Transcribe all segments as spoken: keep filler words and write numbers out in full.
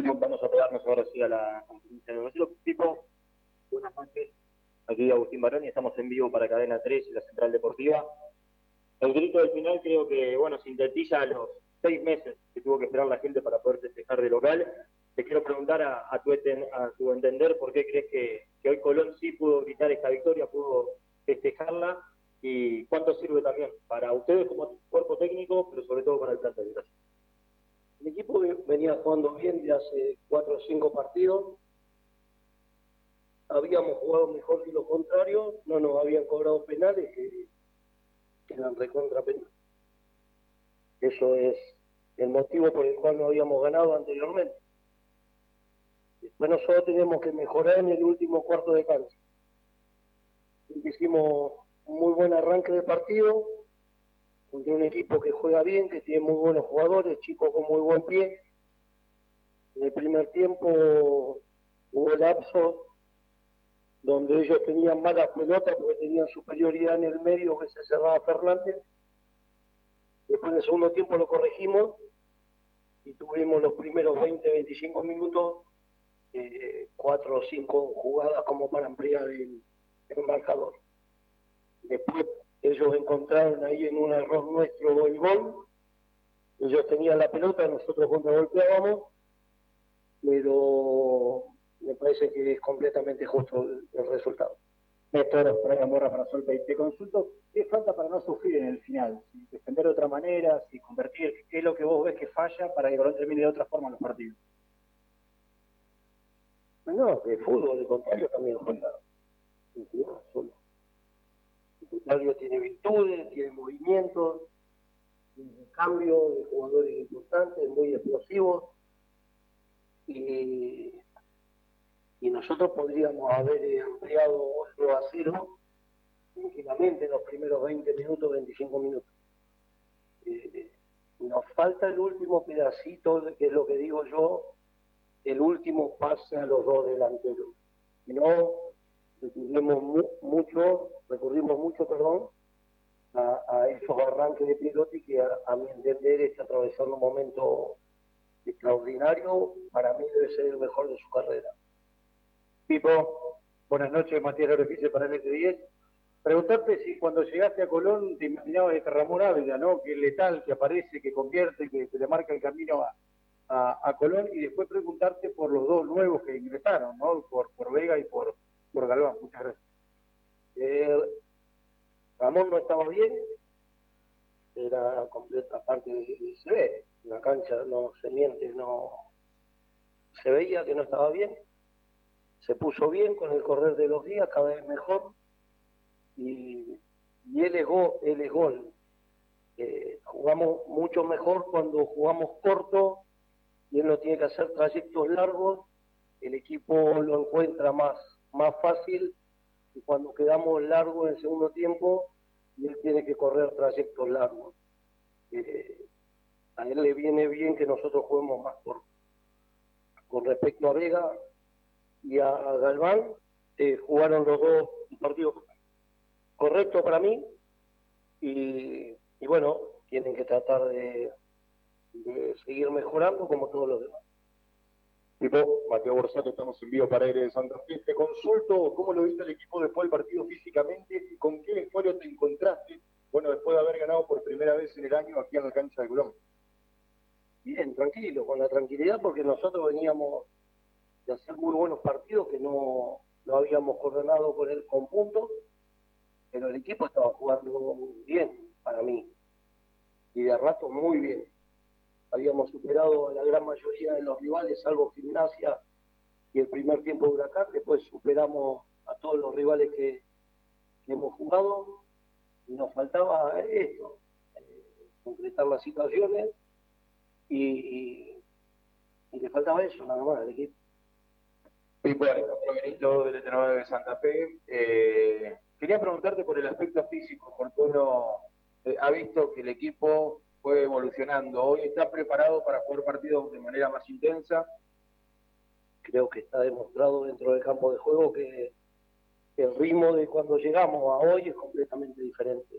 Vamos a pegarnos ahora sí a la conferencia de Brasil. Pipo, buenas noches. Aquí Agustín Barón y estamos en vivo para Cadena tres y la Central Deportiva. El grito del final creo que, bueno, sintetiza los seis meses que tuvo que esperar la gente para poder festejar de local. Te quiero preguntar a, a, tu, a tu entender por qué crees que, que hoy Colón sí pudo gritar esta victoria, pudo festejarla, y cuánto sirve también para ustedes como cuerpo técnico, pero sobre todo para el plantel. Gracias. El equipo venía jugando bien de hace cuatro o cinco partidos. Habíamos jugado mejor que lo contrario, no nos habían cobrado penales que, que eran recontra penales. Eso es el motivo por el cual no habíamos ganado anteriormente. Después nosotros tenemos que mejorar en el último cuarto de cancha. Hicimos un muy buen arranque de partido, contra un equipo que juega bien, que tiene muy buenos jugadores, chicos con muy buen pie. En el primer tiempo hubo lapsos donde ellos tenían malas pelotas porque tenían superioridad en el medio que se cerraba Fernández. Después en el segundo tiempo lo corregimos y tuvimos los primeros veinte a veinticinco minutos, eh, cuatro o cinco jugadas como para ampliar el, el marcador. Después ellos encontraron ahí en un error nuestro el gol. Ellos tenían la pelota, nosotros contragolpeábamos, pero me parece que es completamente justo el, el resultado. Néstor, Brian Borra para Solpa, y te consulto, ¿qué falta para no sufrir en el final? Si defender de otra manera, si convertir, ¿qué es lo que vos ves que falla para que Colón termine de otra forma los partidos? No, de fútbol, de contrario también juega. No, solo. El contrario tiene virtudes, tiene movimientos, tiene cambio de jugadores importantes, muy explosivos. Y, y nosotros podríamos haber ampliado otro a cero tranquilamente en los primeros veinte minutos, veinticinco minutos. Eh, nos falta el último pedacito, que es lo que digo yo, el último pase a los dos delanteros. Si no, recurrimos mu mucho, recurrimos mucho, perdón, a, a esos arranques de Pilotti que a, a mi entender está atravesando un momento extraordinario. Para mí debe ser el mejor de su carrera. Pipo, buenas noches, Matías Lorefice para el N T diez. Preguntarte si cuando llegaste a Colón te imaginabas de Ramón Ávila, ¿no? Que es letal, que aparece, que convierte, que, que le marca el camino a, a, a Colón, y después preguntarte por los dos nuevos que ingresaron, ¿no? Por, por Vega y por, por Galván. Muchas gracias. Eh, Ramón no estaba bien, era completa parte de se ve, en la cancha no se miente, no se veía que no estaba bien, se puso bien con el correr de los días, cada vez mejor, y, y él es gol, él es gol. Eh, jugamos mucho mejor cuando jugamos corto y él no tiene que hacer trayectos largos, el equipo lo encuentra más, más fácil, y cuando quedamos largos en el segundo tiempo y él tiene que correr trayectos largos. Eh, a él le viene bien que nosotros juguemos más corto. Con respecto a Vega y a, a Galván, eh, jugaron los dos partidos correctos para mí, y, y bueno, tienen que tratar de, de seguir mejorando como todos los demás. Tipo, Mateo Borsato, estamos en vivo para Aire de Santa Fe. Te consulto, ¿cómo lo viste el equipo después del partido físicamente y con qué vestuario te encontraste, bueno, después de haber ganado por primera vez en el año aquí en la cancha de Colón? Bien, tranquilo, con la tranquilidad, porque nosotros veníamos de hacer muy buenos partidos que no, no habíamos coordinado con el conjunto, pero el equipo estaba jugando bien para mí, y de rato muy bien. Habíamos superado a la gran mayoría de los rivales, salvo Gimnasia y el primer tiempo de Huracán. Después superamos a todos los rivales que, que hemos jugado, y nos faltaba esto, eh, concretar las situaciones, y, y, y le faltaba eso nada más al equipo. Pipo, Alejandro Benito del N T nueve de Santa Fe. Eh, quería preguntarte por el aspecto físico, porque uno eh, ha visto que el equipo fue evolucionando. ¿Hoy está preparado para jugar partidos de manera más intensa? Creo que está demostrado dentro del campo de juego que el ritmo de cuando llegamos a hoy es completamente diferente.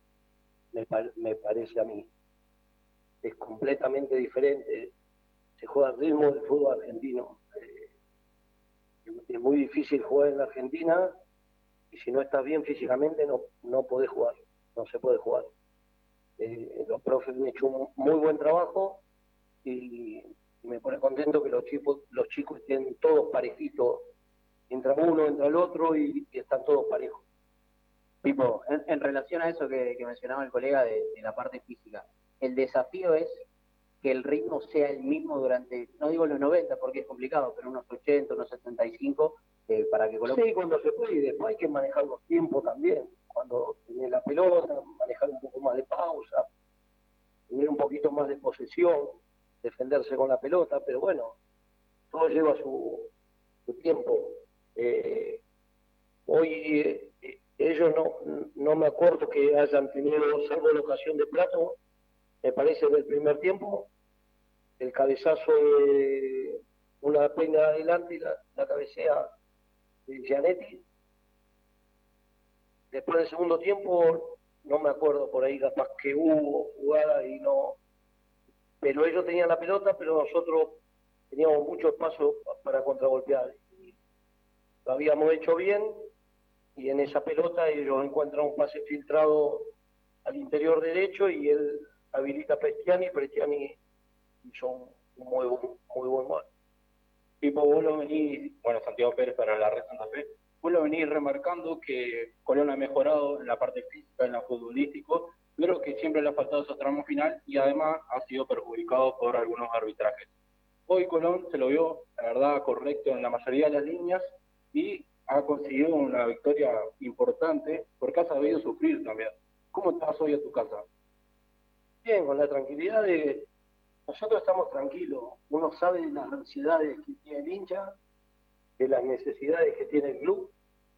Me, par me parece a mí. Es completamente diferente. Se juega fue al ritmo del fútbol argentino. Eh, es muy difícil jugar en la Argentina y si no estás bien físicamente no, no podés jugar, no se puede jugar. Eh, los profes han hecho un muy buen trabajo y, y me pone contento que los chicos, los chicos estén todos parejitos, entra uno, entra el otro y, y están todos parejos. Pipo, en, en relación a eso que, que mencionaba el colega de, de la parte física, el desafío es que el ritmo sea el mismo durante, no digo los noventa porque es complicado, pero unos ochenta, unos setenta y cinco, eh, para que Colombia... Sí, cuando se puede, y después hay que manejar los tiempos también. Cuando tiene la pelota, manejar un poco más de pausa, tener un poquito más de posesión, defenderse con la pelota, pero bueno, todo lleva su, su tiempo. Eh, hoy eh, ellos no, no me acuerdo que hayan tenido, salvo la ocasión de Plato, me parece del primer tiempo, el cabezazo de una peina adelante y la, la cabecea de Gianetti. Después del segundo tiempo, no me acuerdo, por ahí capaz que hubo jugada y no... Pero ellos tenían la pelota, pero nosotros teníamos mucho espacio para contragolpear. Y lo habíamos hecho bien y en esa pelota ellos encuentran un pase filtrado al interior derecho y él habilita a Prestiani y Prestiani hizo un muy buen, muy buen gol. Pipo, vos lo venís, bueno, Santiago Pérez para la Red Santa Fe, vos lo venís remarcando que Colón ha mejorado en la parte física, en lo futbolístico, pero que siempre le ha faltado ese tramo final y además ha sido perjudicado por algunos arbitrajes. Hoy Colón se lo vio, la verdad, correcto en la mayoría de las líneas y ha conseguido una victoria importante porque ha sabido sufrir también. ¿Cómo estás hoy a tu casa? Bien, con la tranquilidad de... Nosotros estamos tranquilos, uno sabe de las ansiedades que tiene el hincha, de las necesidades que tiene el club,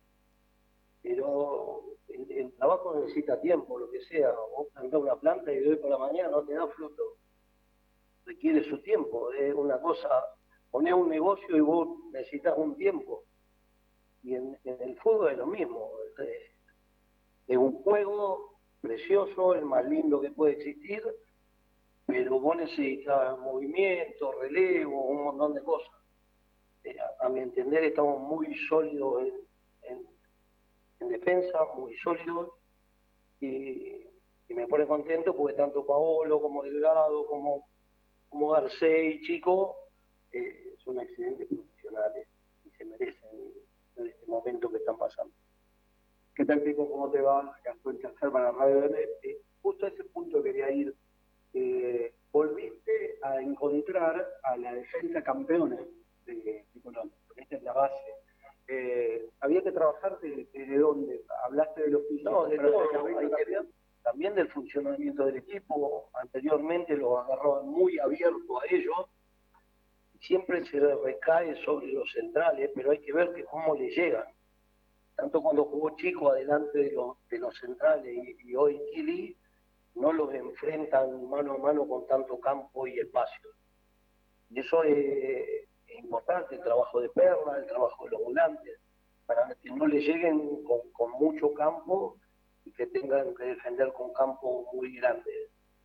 pero el, el trabajo necesita tiempo, lo que sea. Vos plantás una planta y de hoy por la mañana no te da fruto. Requiere su tiempo, es una cosa, ponés un negocio y vos necesitas un tiempo. Y en, en el fútbol es lo mismo, es, es un juego precioso, el más lindo que puede existir, pero vos necesitas movimiento, relevo, un montón de cosas. Eh, a, a mi entender estamos muy sólidos en, en, en defensa, muy sólidos, y, y me pone contento porque tanto Paolo como Delgado, como, como Garcés y Chico, eh, son excelentes profesionales y se merecen en este momento que están pasando. ¿Qué tal, Pico? ¿Cómo te va? Acá estoy en Chazar para la Radio M. Eh, justo a ese punto quería ir. Eh, volviste a encontrar a la defensa campeona de, de Colón, porque esta es la base. Eh, ¿Había que trabajar desde de, de dónde? ¿Hablaste de los físicos? No, de todo, hay que ver también del funcionamiento del equipo. Anteriormente lo agarraban muy abierto a ellos, siempre se recae sobre los centrales, pero hay que ver que cómo le llegan. Tanto cuando jugó Chico adelante de, lo, de los centrales y, y hoy Kili, no los enfrentan mano a mano con tanto campo y espacio. Y eso es, es importante, el trabajo de Perla, el trabajo de los volantes, para que no le lleguen con, con mucho campo y que tengan que defender con campo muy grande.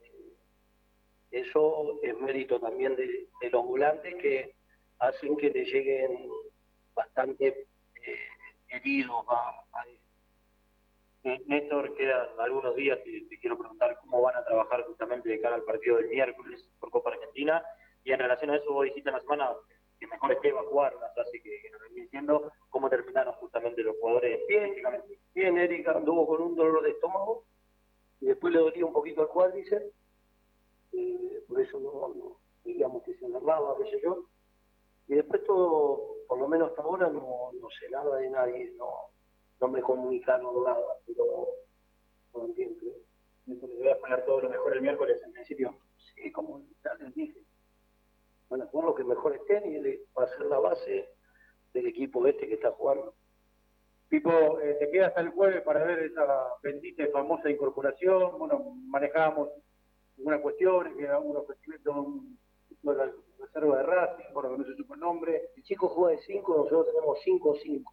Eso es mérito también de, de los volantes que hacen que le lleguen bastante eh, heridos a, a Eh, Néstor, quedan algunos días y te quiero preguntar cómo van a trabajar justamente de cara al partido del miércoles por Copa Argentina, y en relación a eso vos dijiste en la semana que mejor esté va a jugar, una frase que, que nos venía diciendo, cómo terminaron justamente los jugadores. Bien, bien, Erika anduvo con un dolor de estómago y después le dolía un poquito el cuádriceps, eh, por eso no, no, digamos que se agarraba, qué sé yo, y después todo, por lo menos hasta ahora no, no sé nada de nadie, no no me comunicaron nada, pero no entiendo. Entonces voy a poner todo lo mejor el miércoles en principio. Sí, como ya les dije, van a jugar los que mejor estén y va a ser la base del equipo este que está jugando. Pipo, eh, te queda hasta el jueves para ver esa bendita y famosa incorporación. Bueno, manejábamos algunas cuestiones, que era un ofrecimiento de la reserva de Racing, bueno, que no se supo el nombre. El chico juega de cinco, nosotros tenemos cinco cinco.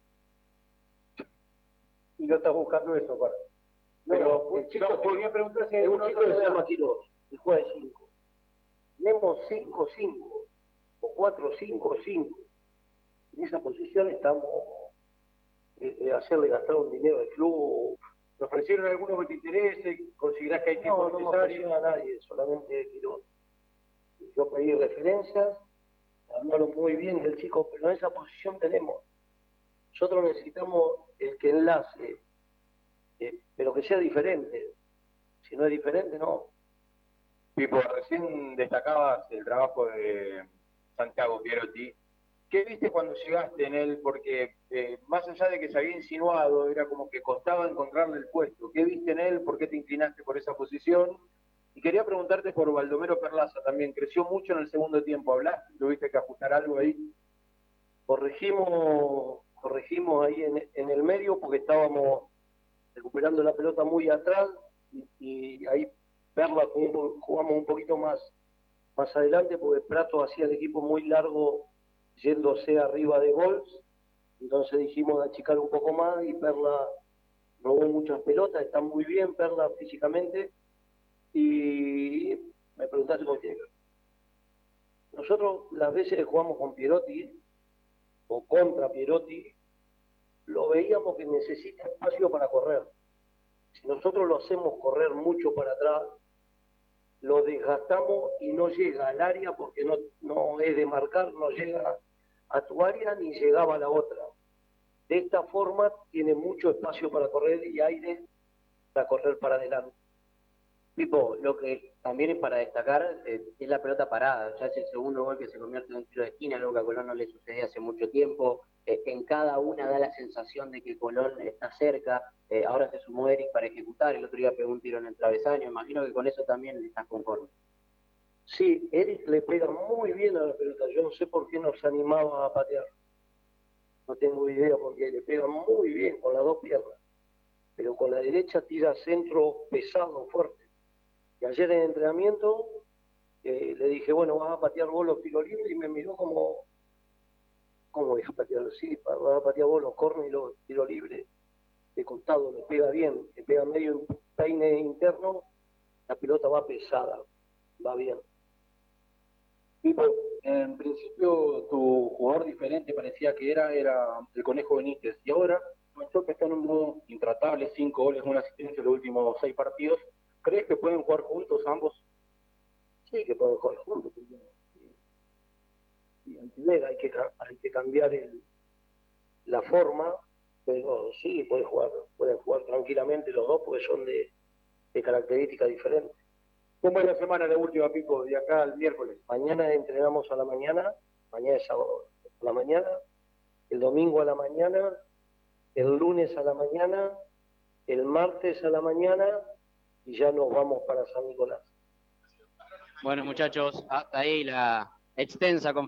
Y no estás buscando eso, para. No, pero el chico, no, quería preguntar si es hay un uno chico que se llama Quiroz, y juega de cinco. Tenemos cinco cinco. o cuatro, cinco, cinco. En esa posición estamos eh, eh, hacerle gastar un dinero al club. ¿Te ofrecieron algunos que te interese? ¿Considerás que hay tiempo No, no me necesario? ofrecieron a nadie, solamente quiero, yo pedí referencias, hablaron muy bien del chico, pero en esa posición tenemos. Nosotros necesitamos el que enlace, eh, pero que sea diferente. Si no es diferente, no. Pipo, recién destacabas el trabajo de Santiago Pierotti. ¿Qué viste cuando llegaste en él? Porque eh, más allá de que se había insinuado, era como que costaba encontrarle el puesto. ¿Qué viste en él? ¿Por qué te inclinaste por esa posición? Y quería preguntarte por Baldomero Perlaza también. Creció mucho en el segundo tiempo. ¿Hablaste? ¿Tuviste que ajustar algo ahí? Corregimos, corregimos ahí en, en el medio porque estábamos recuperando la pelota muy atrás y, y ahí Perla jugamos un poquito más, más adelante porque Prato hacía el equipo muy largo yéndose arriba de gols, entonces dijimos de achicar un poco más y Perla robó muchas pelotas, está muy bien Perla físicamente y me preguntaste por qué. Nosotros las veces que jugamos con Pierotti o contra Pierotti, lo veíamos que necesita espacio para correr. Si nosotros lo hacemos correr mucho para atrás, lo desgastamos y no llega al área porque no, no es de marcar, no llega a tu área ni llegaba a la otra. De esta forma tiene mucho espacio para correr y aire para correr para adelante. Pipo, lo que también es para destacar eh, es la pelota parada. Ya es el segundo gol que se convierte en un tiro de esquina, algo que a Colón no le sucedía hace mucho tiempo. Eh, en cada una da la sensación de que Colón está cerca. Eh, ahora se sumó Eric para ejecutar. El otro día pegó un tiro en el travesaño. Imagino que con eso también estás conforme. Sí, Eric le pega muy bien a la pelota. Yo no sé por qué nos animaba a patear. No tengo idea porque le pega muy bien con las dos piernas. Pero con la derecha tira centro pesado, fuerte. Y ayer en el entrenamiento eh, le dije, bueno, vas a patear vos los tiros libres, y me miró como, ¿cómo deja patear? Sí, vas a patear vos los corners y los tiros libres. De costado, le pega bien, le pega medio peine interno, la pelota va pesada, va bien. Pipo, en principio tu jugador diferente parecía que era, era el Conejo Benítez, y ahora pensó que está en un modo intratable, cinco goles, una asistencia en los últimos seis partidos. ¿Crees que pueden jugar juntos ambos? Sí, que pueden jugar juntos. Y hay que ver, hay que, hay que cambiar el, la forma, pero sí, pueden jugar, pueden jugar tranquilamente los dos porque son de, de características diferentes. ¿Cómo es la semana de última, Pipo, de acá al miércoles? Mañana entrenamos a la mañana, mañana es sábado, a la mañana, el domingo a la mañana, el lunes a la mañana, el martes a la mañana y ya nos vamos para San Nicolás. Bueno, muchachos, hasta ahí la extensa conferencia.